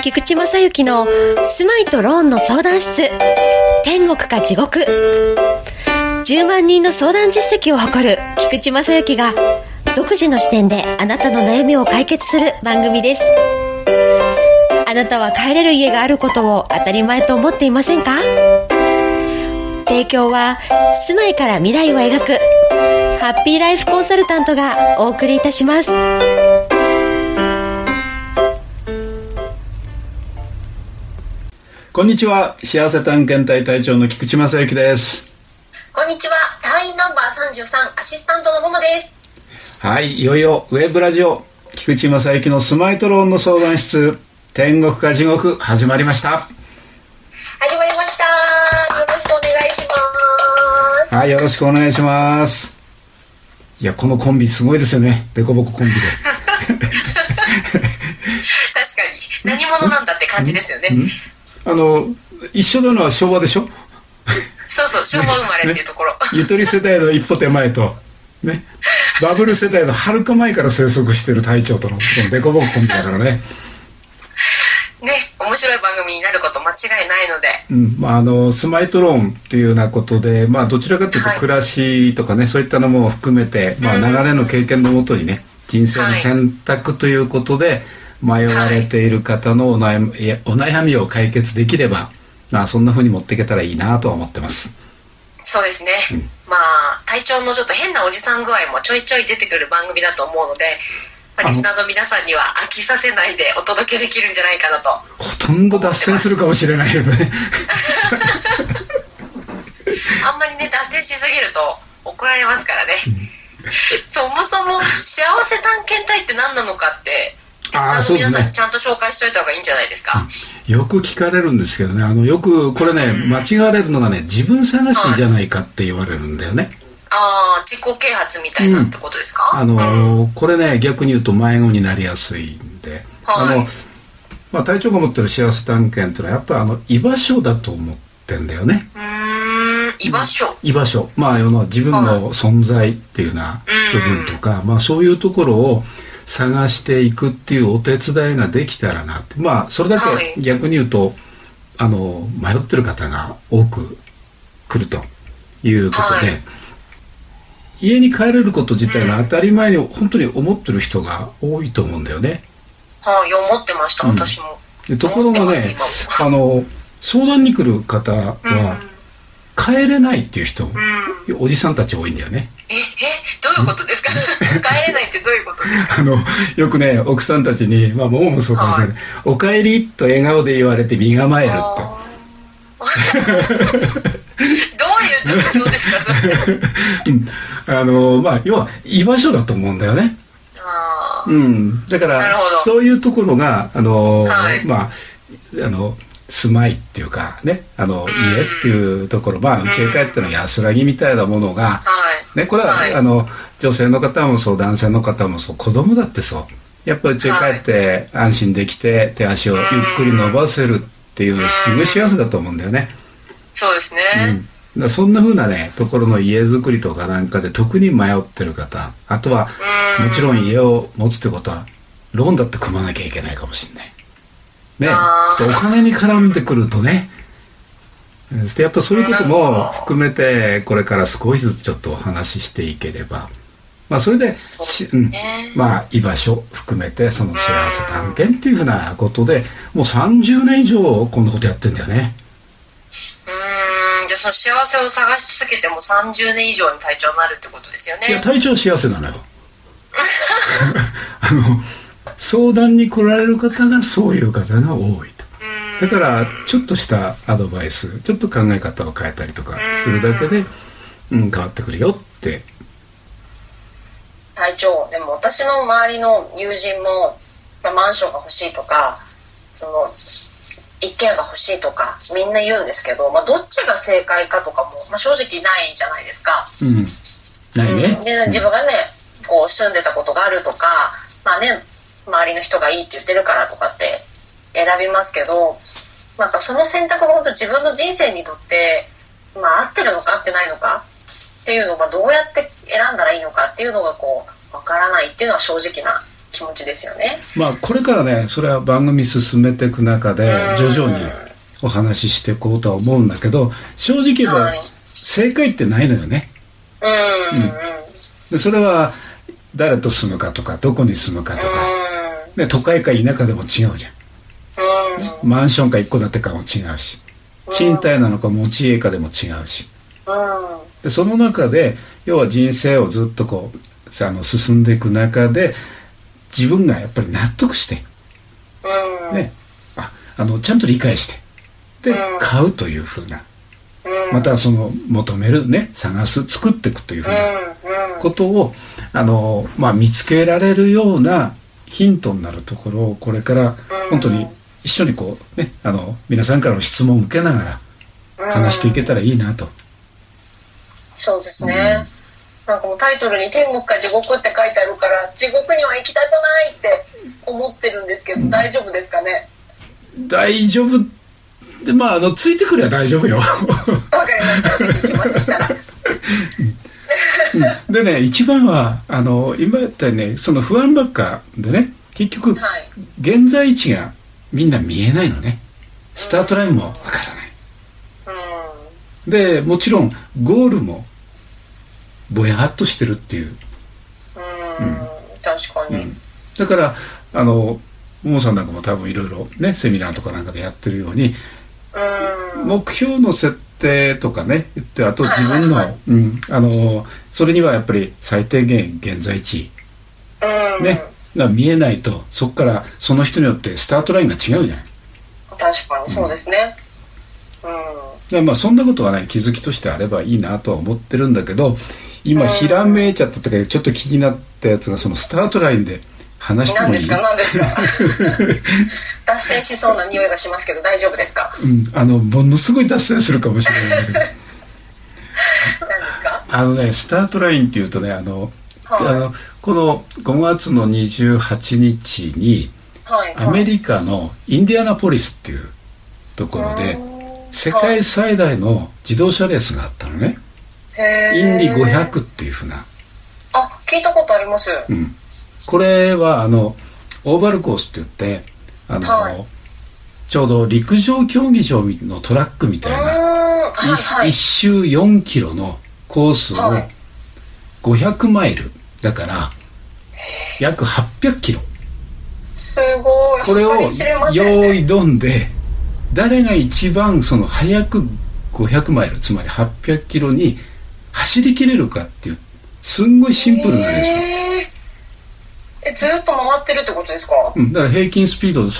菊池正幸の住まいとローンの相談室、天国か地獄。10万人の相談実績を誇る菊池正幸が独自の視点であなたの悩みを解決する番組です。あなたは帰れる家があることを当たり前と思っていませんか？提供は住まいから未来を描くハッピーライフコンサルタントがお送りいたします。 こんにちは、幸せ探検隊隊長の菊池正幸です。 こんにちは、隊員ナンバー33アシスタントのももです。 はい、いよいよウェブラジオ菊池正幸の住まいとローンの相談室、天国か地獄始まりました。 よろしくお願いします。 はい、よろしくお願いします。いや、このコンビすごいですよね。デコボココンビで確かに何者なんだって感じですよね。 一緒なのは昭和でしょ。 そうそう、昭和生まれっていうところ、 ゆとり世代の一歩手前とね、バブル世代のはるか前から生息している隊長とのデコボココンビだからね。 ね、面白い番組になること間違いないので、 住まいとローンっていうようなことで、どちらかというと暮らしとかね、そういったのも含めて、長年の経験のもとにね、人生の選択ということで迷われている方のお悩みを解決できれば、そんな風に持っていけたらいいなとは思ってます。 そうですね、体調のちょっと変なおじさん具合もちょいちょい出てくる番組だと思うので、リスナーの皆さんには飽きさせないでお届けできるんじゃないかなと。 ほとんど脱線するかもしれないよねあんまりね、脱線しすぎると怒られますからね、そもそも幸せ探検隊って何なのかってリスナーの皆さんにちゃんと紹介しといた方がいいんじゃないですか。 よく聞かれるんですけどね、よくこれね、間違われるのがね、自分探しじゃないかって言われるんだよね。 自己啓発みたいなってことですか？ これね、逆に言うと迷子になりやすいんで、隊長が持ってる幸せ探検っていうのはやっぱり居場所だと思ってんだよね。 居場所、 自分の存在っていうような部分とか、そういうところを探していくっていうお手伝いができたらなって、それだけ逆に言うと、迷ってる方が多く来るということで、家に帰れること自体が当たり前に本当に思ってる人が多いと思うんだよね。 思ってました、私も。 ところがね、相談に来る方は帰れないっていう人、おじさんたち多いんだよね。 どういうことですか？帰れないってどういうことですか？ よくね、奥さんたちに、ももそうかもしれない、お帰りと笑顔で言われて身構えるってどういう状況ですか、それ。 要は居場所だと思うんだよね。だからそういうところが住まいっていうかね、家っていうところ、家へ帰っての安らぎみたいなものが、これは、女性の方もそう、男性の方もそう、子供だってそう、やっぱり家へ帰って安心できて手足をゆっくり伸ばせるっていうすごい幸せだと思うんだよね。 そうですね、 そんな風なねところの家づくりとかなんかで特に迷ってる方、あとはもちろん家を持つってことはローンだって組まなきゃいけないかもしれないね。お金に絡んでくるとね、やっぱそういうことも含めてこれから少しずつちょっとお話ししていければ、それで居場所含めてその幸せ探検っていうふうなことでもう30年以上こんなことやってんだよね。 じゃあその幸せを探し続けても30年以上に隊長になるってことですよね。 いや、隊長は幸せなのよ相談に来られる方がそういう方が多いと。だからちょっとしたアドバイス、ちょっと考え方を変えたりとかするだけで、変わってくるよって。 隊長、でも私の周りの友人も、マンションが欲しいとか、一軒家が欲しいとかみんな言うんですけど、どっちが正解かとかも、正直ないじゃないですか。 ないね。 で自分がね、こう住んでたことがあるとか、周りの人がいいって言ってるからとかって選びますけど、その選択が本当自分の人生にとって合ってるのか合ってないのかっていうのがどうやって選んだらいいのかっていうのがわからないっていうのは正直な気持ちですよね。 まあこれからね、それは番組進めていく中で徐々にお話ししていこうとは思うんだけど、正直言えば正解ってないのよね。でそれは誰と住むかとかどこに住むかとか、ね、都会か田舎でも違うじゃん。マンションか一戸建てかも違うし、賃貸なのか持ち家かでも違うし、でその中で要は人生をずっとこう進んでいく中で自分がやっぱり納得して、ね、ちゃんと理解してで買うというふうな、またその求めるね、探す、作っていくというふうなことを見つけられるようなヒントになるところをこれから本当に一緒にこうね、皆さんからの質問を受けながら話していけたらいいなと。 そうですね、なんかもうタイトルに天国か地獄って書いてあるから地獄には行きたくないって思ってるんですけど、大丈夫ですかね。 大丈夫で、ついてくれば大丈夫よ。わかりました、ぜひ行きますしたら。 でね、一番は今言ったようにね、その不安ばっかでね、結局、現在地がみんな見えないのね。スタートラインもわからない、でもちろんゴールもぼやっとしてるっていう、 確かに、 だからももさんなんかも多分いろいろね、セミナーとかなんかでやってるように、目標の設定とかね言って、あと自分の、それにはやっぱり最低限現在地、ね、が見えないと、そこからその人によってスタートラインが違うじゃない。 確かにそうですね。 そんなことはね、気づきとしてあればいいなとは思ってるんだけど、今ひらめいちゃったとかちょっと気になったやつが、そのスタートラインで話してもいい？ 何ですか脱線しそうな匂いがしますけど大丈夫ですか？ ものすごい脱線するかもしれないけど何ですか？ スタートラインっていうとね、この5月の28日にアメリカのインディアナポリスっていうところで世界最大の自動車レースがあったのね。インディ500っていうふうな。 聞いたことあります。 これはオーバルコースって言ってちょうど陸上競技場のトラックみたいな1周4キロのコースを500マイルだから約800キロ。 すごい。 これを用意どんで、誰が一番その早く500マイル、つまり800キロに走りきれるかっていう、すんごいシンプルなんですよ。 ずっと回ってるってことですか？ だから平均スピードで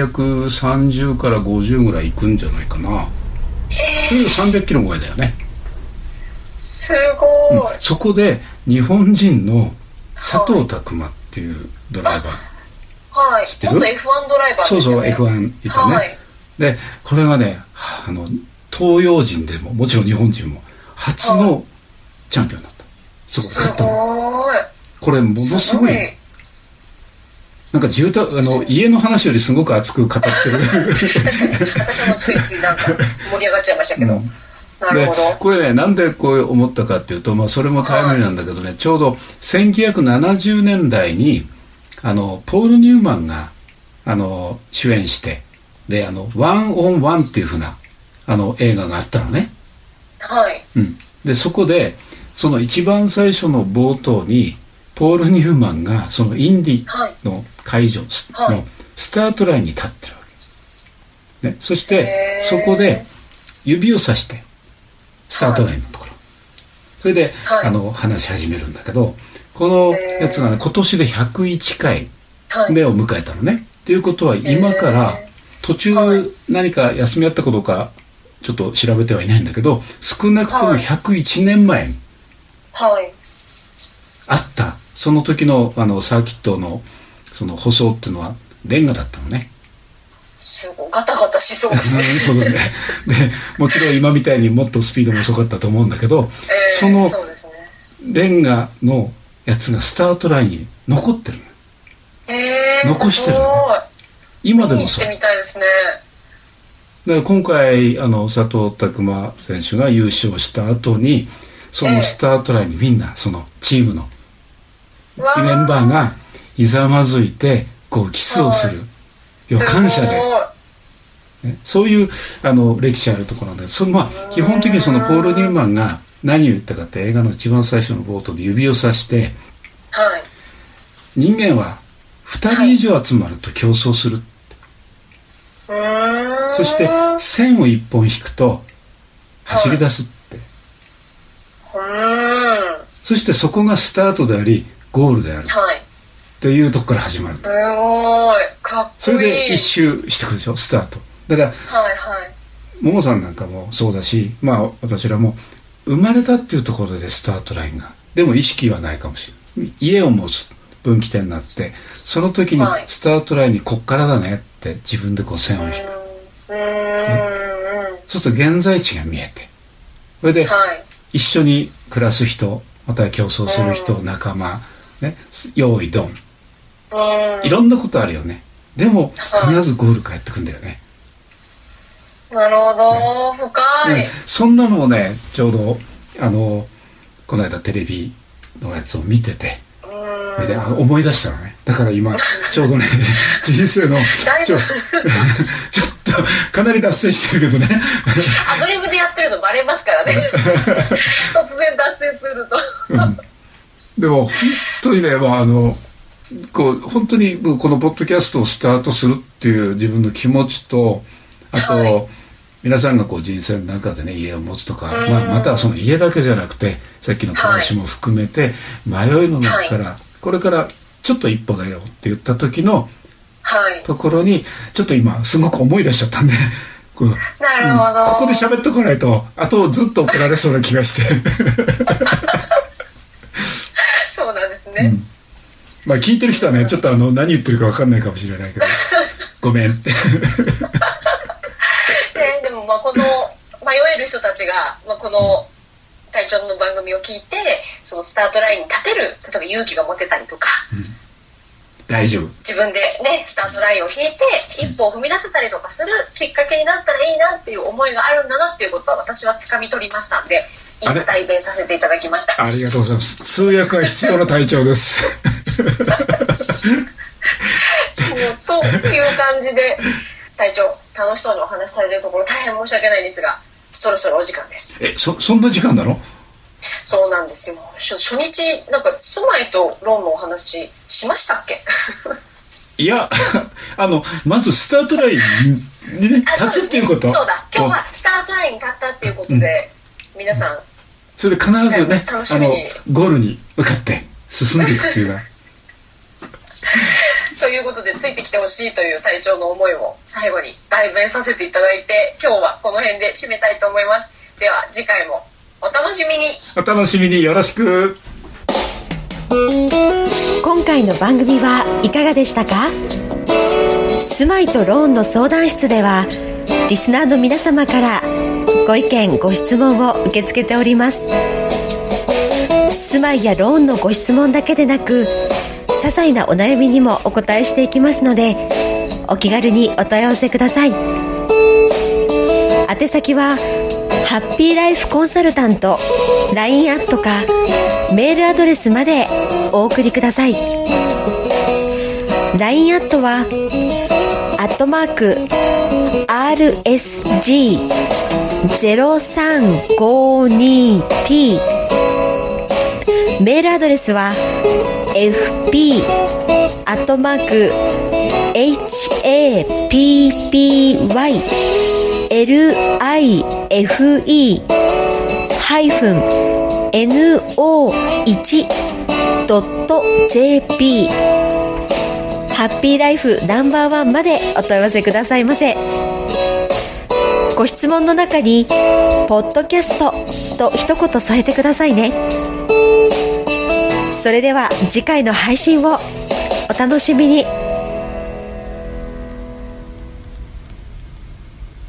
330から50ぐらいいくんじゃないかな。それで300キロ超えだよね。 すごい、 そこで日本人の佐藤拓磨っていうドライバー、知ってる？ 元 F1 ドライバーですよね。 そう F1 いたね、でこれがね、東洋人でももちろん日本人も初のチャンピオンだった。そこ勝ったの。これものすごい、なんか家の話よりすごく熱く語ってる私もついついなんか盛り上がっちゃいましたけど、なるほど。 これね、なんでこう思ったかっていうと、それもタイムリーなんだけどね、ちょうど1970年代にポール・ニューマンが主演して、でワン・オン・ワンっていうふうな映画があったのね。でそこでその一番最初の冒頭にポール・ニューマンがそのインディの会場のスタートラインに立ってるわけ、ね、そしてそこで指をさしてスタートラインのところ、それで話し始めるんだけど、このやつがね、今年で101回目を迎えたのね。ということは今から途中何か休みあったかどうかちょっと調べてはいないんだけど、少なくとも101年前にあったその時のサーキットのその舗装っていうのはレンガだったのね。 すごいガタガタしそうですねそうだね。でもちろん今みたいにもっとスピードも遅かったと思うんだけど、そのレンガのやつがスタートラインに残ってるの、残してるのね。今でもそう。見に行ってみたいですね。だから今回佐藤拓磨選手が優勝した後にそのスタートラインにみんなそのチームのメンバーがひざまずいてこうキスをする、感謝で、ね、そういう歴史あるところなんで、基本的にそのポール・ニューマンが何を言ったかって、映画の一番最初の冒頭で指をさして、 はい、 人間は2人以上集まると競争するって、そして線を1本引くと走り出すって、そしてそこがスタートでありゴールである、というとこから始まる。 すごいかっこいい。 それで一周してくるでしょ、スタートだから、ももさんなんかもそうだし、私らも生まれたっていうところでスタートラインが、でも意識はないかもしれない。家を持つ分岐点になって、その時にスタートラインにこっからだねって自分でこう線を引く、そうすると現在地が見えて、それで一緒に暮らす人、または競争する人、仲間、ね、用意ドン、いろんなことあるよね。でも必ずゴール帰ってくんだよね。 なるほど、深い。 そんなのをね、ちょうどこの間テレビのやつを見てて、で思い出したのね。だから今ちょうどね人生のちょっとかなり脱線してるけどねアドリブでやってるのバレますからね突然脱線するとでも本当にね、本当にこのポッドキャストをスタートするっていう自分の気持ちと、あと、皆さんがこう人生の中でね、家を持つとか、またはその家だけじゃなくて、さっきの暮らしも含めて、迷いの中から、これからちょっと一歩だよって言った時のところに、ちょっと今すごく思い出しちゃったんでなるほど、 ここで喋っとかないとあとずっと怒られそうな気がしてそうなんですね、 聞いてる人はね、ちょっと何言ってるか分かんないかもしれないけどごめんってでもこの迷える人たちが、この隊長の番組を聞いて、そのスタートラインに立てる、例えば勇気が持てたりとか、 大丈夫、 自分でねスタートラインを引いて一歩を踏み出せたりとかするきっかけになったらいいなっていう思いがあるんだなっていうことは私は掴み取りましたんで、今代弁させていただきました。 ありがとうございます。通訳が必要な隊長ですそうという感じで、隊長楽しそうにお話しされているところ大変申し訳ないんですが、そろそろお時間です。 そんな時間なの？ そうなんですよ。初日なんか住まいとローンのお話しましたっけいやまずスタートラインに、ね、立つっていうこと。 そうだ、今日はスタートラインに立ったっていうことで、皆さんそれで必ずね、 楽しみにゴールに向かって進んでいくっていうのはということで、ついてきてほしいという隊長の思いを最後に代弁させていただいて、今日はこの辺で締めたいと思います。では次回もお楽しみに。 お楽しみに、よろしく。 今回の番組はいかがでしたか？住まいとローンの相談室では、リスナーの皆様からご意見ご質問を受け付けております。住まいやローンのご質問だけでなく、些細なお悩みにもお答えしていきますので、お気軽にお問い合わせください。宛先はハッピーライフコンサルタント LINE アットかメールアドレスまでお送りください。 LINE アットは@RSG0352T、 メールアドレスは FPATPYLIFE-NO1.jp ハッピーライフナンバーワンまでお問い合わせくださいませ。ご質問の中にポッドキャストと一言添えてくださいね。それでは次回の配信をお楽しみに。